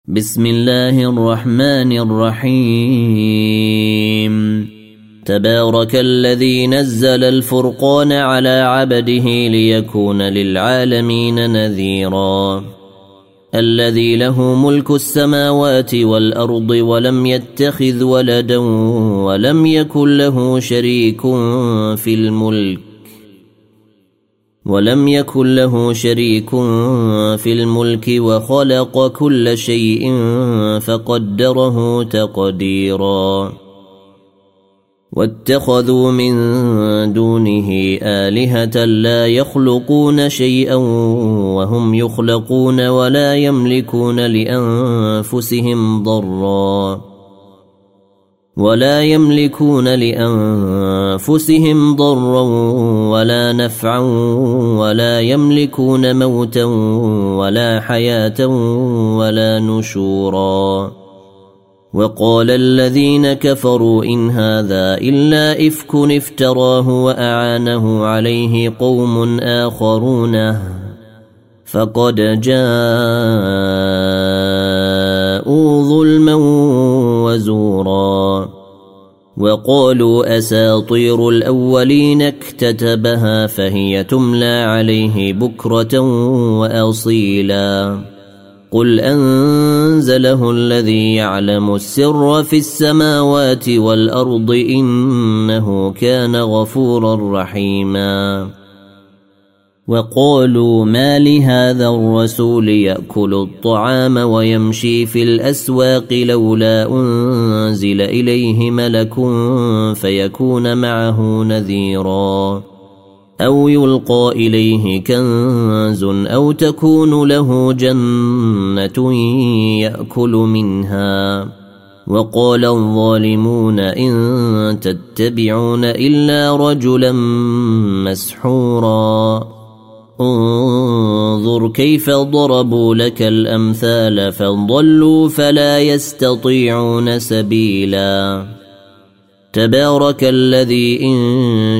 بسم الله الرحمن الرحيم تبارك الذي نزل الفرقان على عبده ليكون للعالمين نذيرا الذي له ملك السماوات والأرض ولم يتخذ ولدا ولم يكن له شريك في الملك وخلق كل شيء فقدره تقديرا واتخذوا من دونه آلهة لا يخلقون شيئا وهم يخلقون ولا يملكون لأنفسهم ضرا ولا نفعا ولا يملكون موتا ولا حياة ولا نشورا وقال الذين كفروا إن هذا إلا إفك افتراه وأعانه عليه قوم آخرون فقد جاءوا ظلما وزورا وقالوا أساطير الأولين اكتتبها فهي تملى عليه بكرة وأصيلا قل أنزله الذي يعلم السر في السماوات والأرض إنه كان غفورا رحيما وقالوا ما لهذا الرسول يأكل الطعام ويمشي في الأسواق لولا أنزل إليه ملك فيكون معه نذيرا أو يلقى إليه كنز أو تكون له جنة يأكل منها وقال الظالمون إن تتبعون إلا رجلا مسحورا انظر كيف ضربوا لك الأمثال فضلوا فلا يستطيعون سبيلا تبارك الذي إن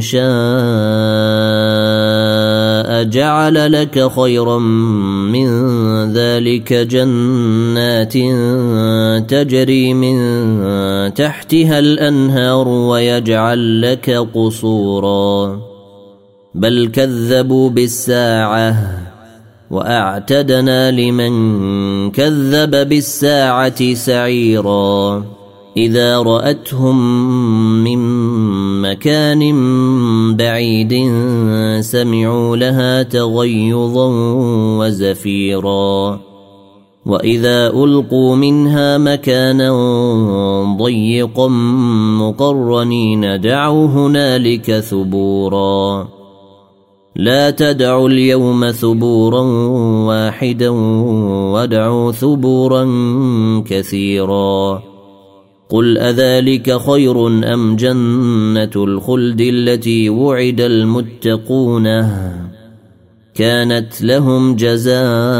شاء جعل لك خيرا من ذلك جنات تجري من تحتها الأنهار ويجعل لك قصورا بل كذبوا بالساعة وأعتدنا لمن كذب بالساعة سعيرا إذا رأتهم من مكان بعيد سمعوا لها تغيظا وزفيرا وإذا ألقوا منها مكانا ضيقا مقرنين دعوا هنالك ثبورا لا تدعوا اليوم ثبورا واحدا وادعوا ثبورا كثيرا قل أذلك خير أم جنة الخلد التي وعد المتقون كانت لهم جزاء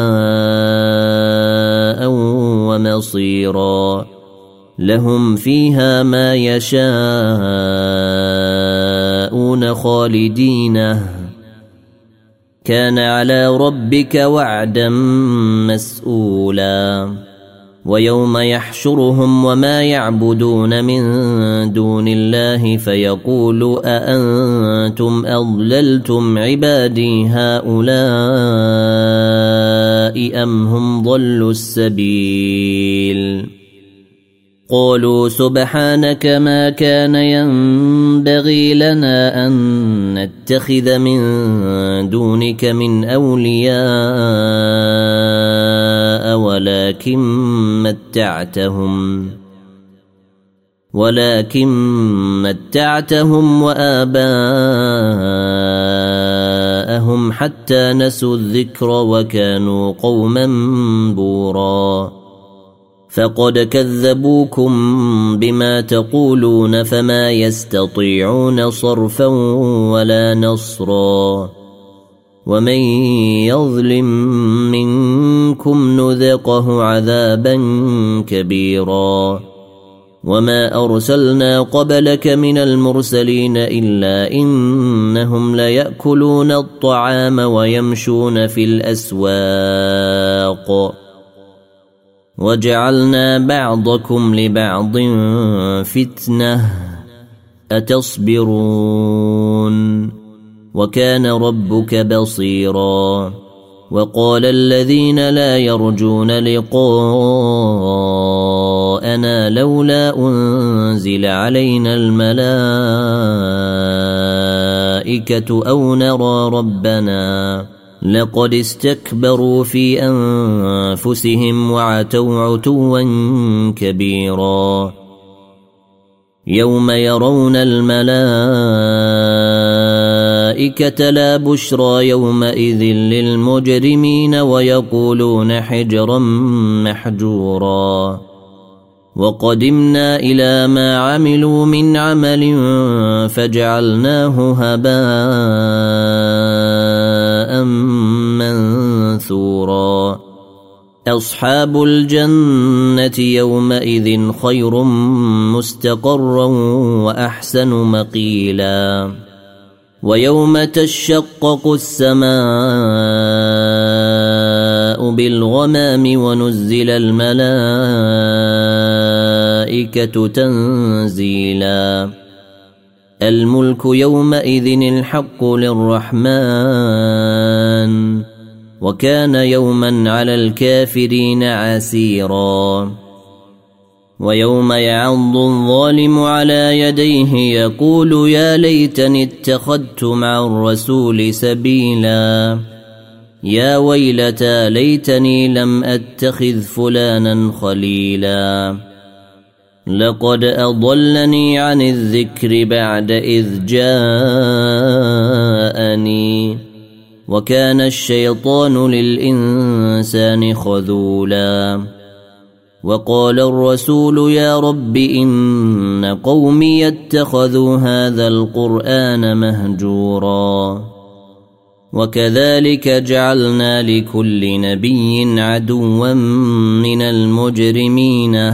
ومصيرا لهم فيها ما يشاءون خالدين كان على ربك وعدا مسؤولا ويوم يحشرهم وما يعبدون من دون الله فيقول أأنتم أضللتم عبادي هؤلاء أم هم ضلوا السبيل قالوا سبحانك ما كان ينبغي لنا أن نتخذ من دونك من أولياء ولكن متعتهم وآباءهم حتى نسوا الذكر وكانوا قوما بورا فقد كذبوكم بما تقولون فما يستطيعون صرفا ولا نصرا ومن يظلم منكم نذقه عذابا كبيرا وما أرسلنا قبلك من المرسلين إلا إنهم ليأكلون الطعام ويمشون في الأسواق وجعلنا بعضكم لبعض فتنة أتصبرون وكان ربك بصيرا وقال الذين لا يرجون لقاءنا لولا أنزل علينا الملائكة أو نرى ربنا لقد استكبروا في أنفسهم وعتوا عتوا كبيرا يوم يرون الملائكة لا بشرى يومئذ للمجرمين ويقولون حجرا محجورا وقدمنا إلى ما عملوا من عمل فجعلناه هباء منثورا أصحاب الجنة يومئذ خير مستقرا وأحسن مقيلا ويوم تشقق السماء بالغمام ونزل الملائكة تنزيلا الملك يومئذ الحق للرحمن وكان يوما على الكافرين عسيرا ويوم يعض الظالم على يديه يقول يا ليتني اتخذت مع الرسول سبيلا يا ويلتى ليتني لم أتخذ فلانا خليلا لقد أضلني عن الذكر بعد إذ جاءني وكان الشيطان للإنسان خذولا وقال الرسول يا رب إن قومي اتخذوا هذا القرآن مهجورا وكذلك جعلنا لكل نبي عدوا من المجرمين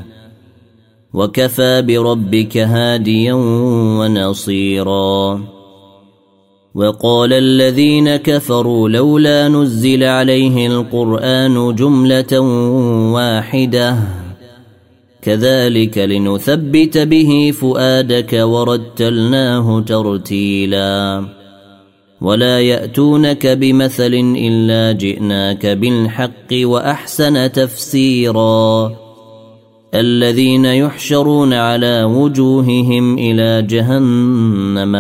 وكفى بربك هاديا ونصيرا وقال الذين كفروا لولا نزل عليه القرآن جملة واحدة كذلك لنثبت به فؤادك ورتلناه ترتيلا ولا يأتونك بمثل إلا جئناك بالحق وأحسن تفسيرا الذين يحشرون على وجوههم إلى جهنم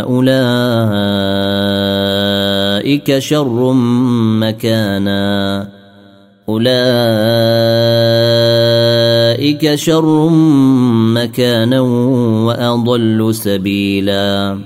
أولئك شر مكانا وأضل سبيلا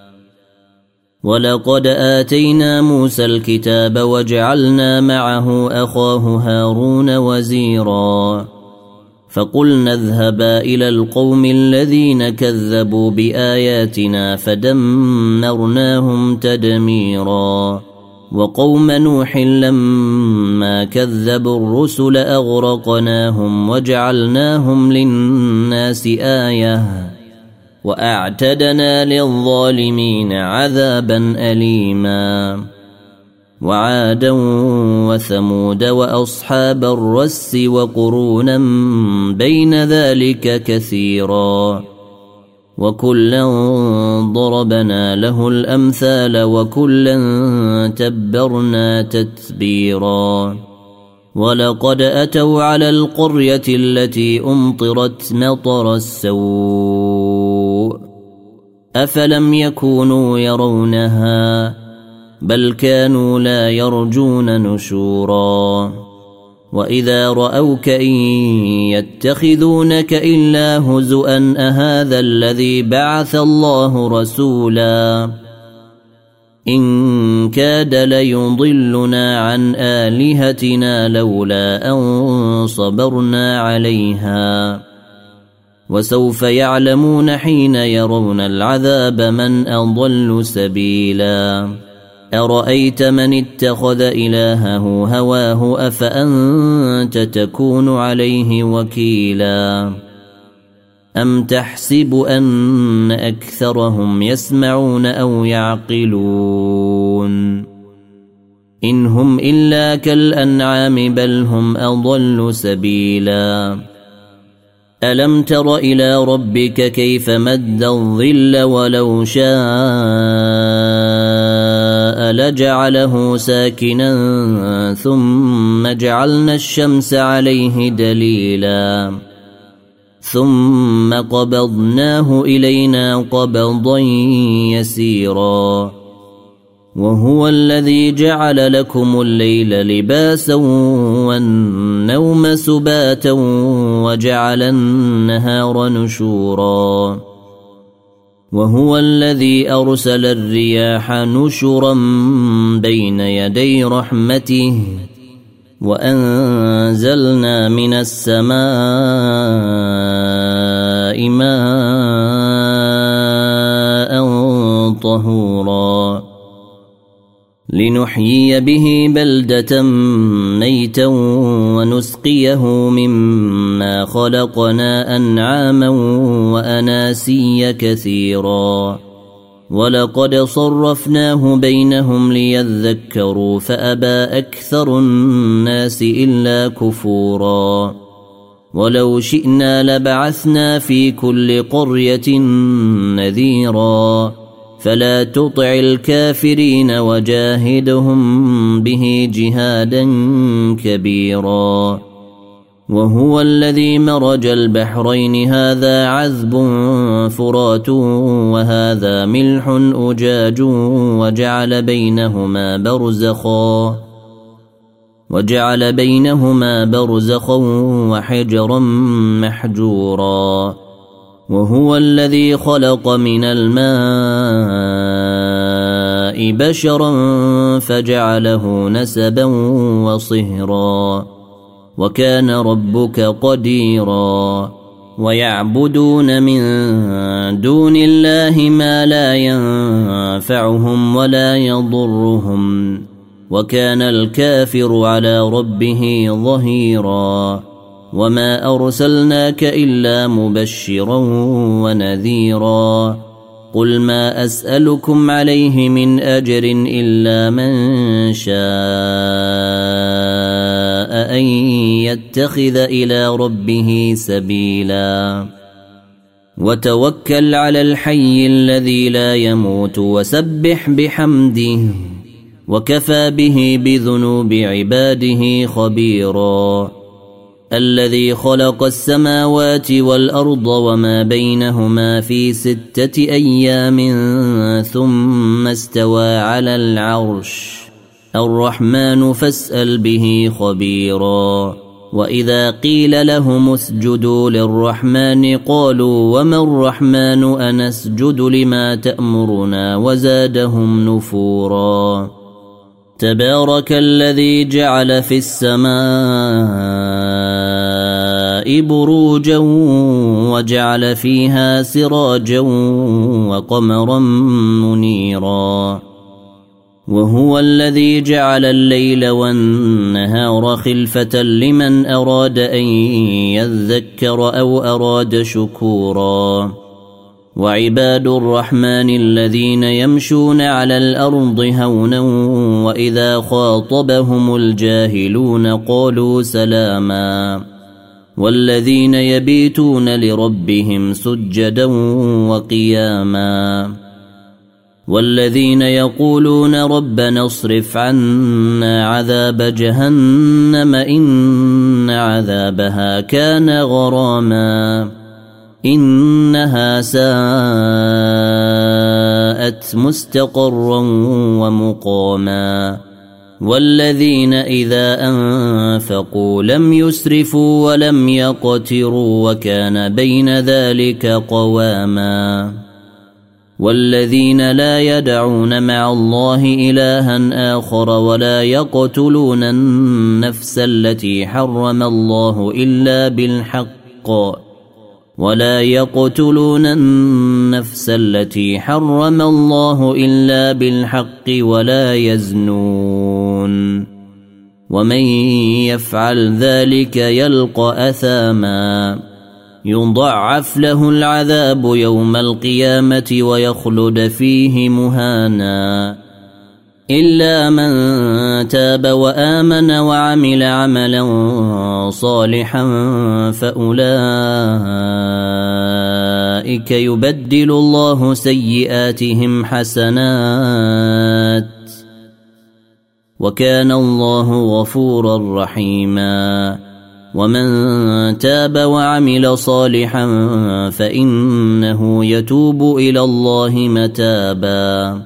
ولقد آتينا موسى الكتاب وجعلنا معه أخاه هارون وزيرا فقلنا اذهبا إلى القوم الذين كذبوا بآياتنا فدمرناهم تدميرا وقوم نوح لما كذبوا الرسل أغرقناهم وجعلناهم للناس آية وأعتدنا للظالمين عذابا أليما وعادا وثمود وأصحاب الرس وقرونا بين ذلك كثيرا وكلا ضربنا له الأمثال وكلا تبرنا تتبيرا ولقد أتوا على القرية التي أمطرت مطر السوء أفلم يكونوا يرونها بل كانوا لا يرجون نشورا وإذا رأوك إن يتخذونك إلا هزؤا أهذا الذي بعث الله رسولا إن كاد ليضلنا عن آلهتنا لولا أن صبرنا عليها وسوف يعلمون حين يرون العذاب من أضل سبيلا أرأيت من اتخذ إلهه هواه أفأنت تكون عليه وكيلا أم تحسب أن أكثرهم يسمعون أو يعقلون إن هم إلا كالأنعام بل هم أضل سبيلا ألم تر إلى ربك كيف مد الظل ولو شاء لجعله ساكنا ثم جعلنا الشمس عليه دليلا ثم قبضناه إلينا قبضا يسيرا وهو الذي جعل لكم الليل لباسا والنوم سباتا وجعل النهار نشورا وهو الذي أرسل الرياح نشرا بين يدي رحمته وأنزلنا من السماء ماء طهورا لنحيي به بلدة ميتا ونسقيه مما خلقنا أنعاما وأناسيا كثيرا ولقد صرفناه بينهم ليذكروا فأبى أكثر الناس إلا كفورا ولو شئنا لبعثنا في كل قرية نذيرا فلا تطع الكافرين وجاهدهم به جهادا كبيرا وهو الذي مرج البحرين هذا عذب فرات وهذا ملح أجاج وجعل بينهما برزخا وحجرا محجورا وهو الذي خلق من الماء بشرا فجعله نسبا وصهرا وكان ربك قديرا ويعبدون من دون الله ما لا ينفعهم ولا يضرهم وكان الكافر على ربه ظهيرا وما أرسلناك إلا مبشرا ونذيرا قل ما أسألكم عليه من أجر إلا من شاء أن يتخذ إلى ربه سبيلا وتوكل على الحي الذي لا يموت وسبح بحمده وكفى به بذنوب عباده خبيرا الذي خلق السماوات والأرض وما بينهما في 6 أيام ثم استوى على العرش الرحمن فاسأل به خبيرا وإذا قيل لهم اسجدوا للرحمن قالوا وما الرحمن أنسجد لما تأمرنا وزادهم نفورا تبارك الذي جعل في السماء بروجا وجعل فيها سراجا وقمرا منيرا وهو الذي جعل الليل والنهار خلفة لمن أراد أن يذكر أو أراد شكورا وعباد الرحمن الذين يمشون على الأرض هونا وإذا خاطبهم الجاهلون قالوا سلاما والذين يبيتون لربهم سجدا وقياما والذين يقولون ربنا اصرف عنا عذاب جهنم إن عذابها كان غراما إنها ساءت مستقرا ومقاما والذين إذا أنفقوا لم يسرفوا ولم يقتروا وكان بين ذلك قواما والذين لا يدعون مع الله إلها آخر ولا يقتلون النفس التي حرم الله إلا بالحق ولا يزنون ومن يفعل ذلك يلقى أثاما يضاعف له العذاب يوم القيامة ويخلد فيه مهانا إلا من تاب وآمن وعمل عملا صالحا فأولئك يبدل الله سيئاتهم حسنات وكان الله غفورا رحيما ومن تاب وعمل صالحا فإنه يتوب إلى الله متابا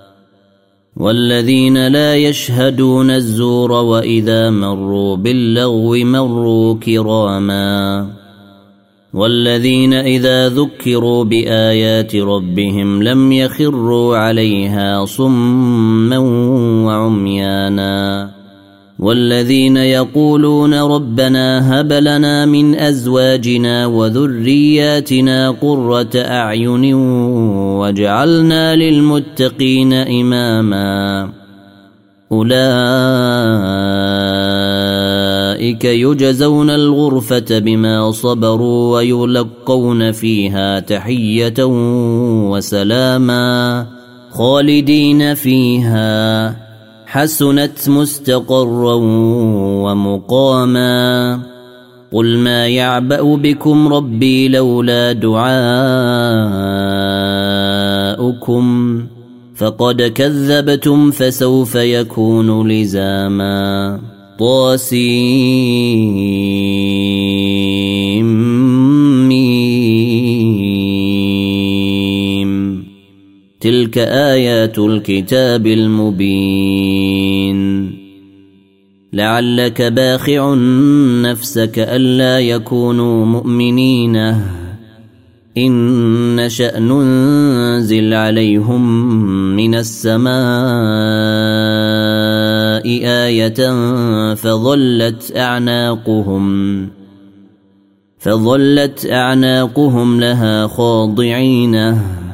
والذين لا يشهدون الزور وإذا مروا باللغو مروا كراما والذين إذا ذكروا بآيات ربهم لم يخروا عليها صما وعميانا والذين يقولون ربنا هب لنا من أزواجنا وذرياتنا قرة أعين واجعلنا للمتقين إماما أولئك يجزون الغرفة بما صبروا ويلقون فيها تحية وسلاما خالدين فيها حسنت مستقرا ومقاما قل ما يعبأ بكم ربي لولا دعاؤكم فقد كذبتم فسوف يكون لزاما طاسيم تلك آيات الكتاب المبين لعلك باخع نفسك ألا يكونوا مؤمنين إن نشأ ننزل عليهم من السماء آية فظلت أعناقهم لها خاضعين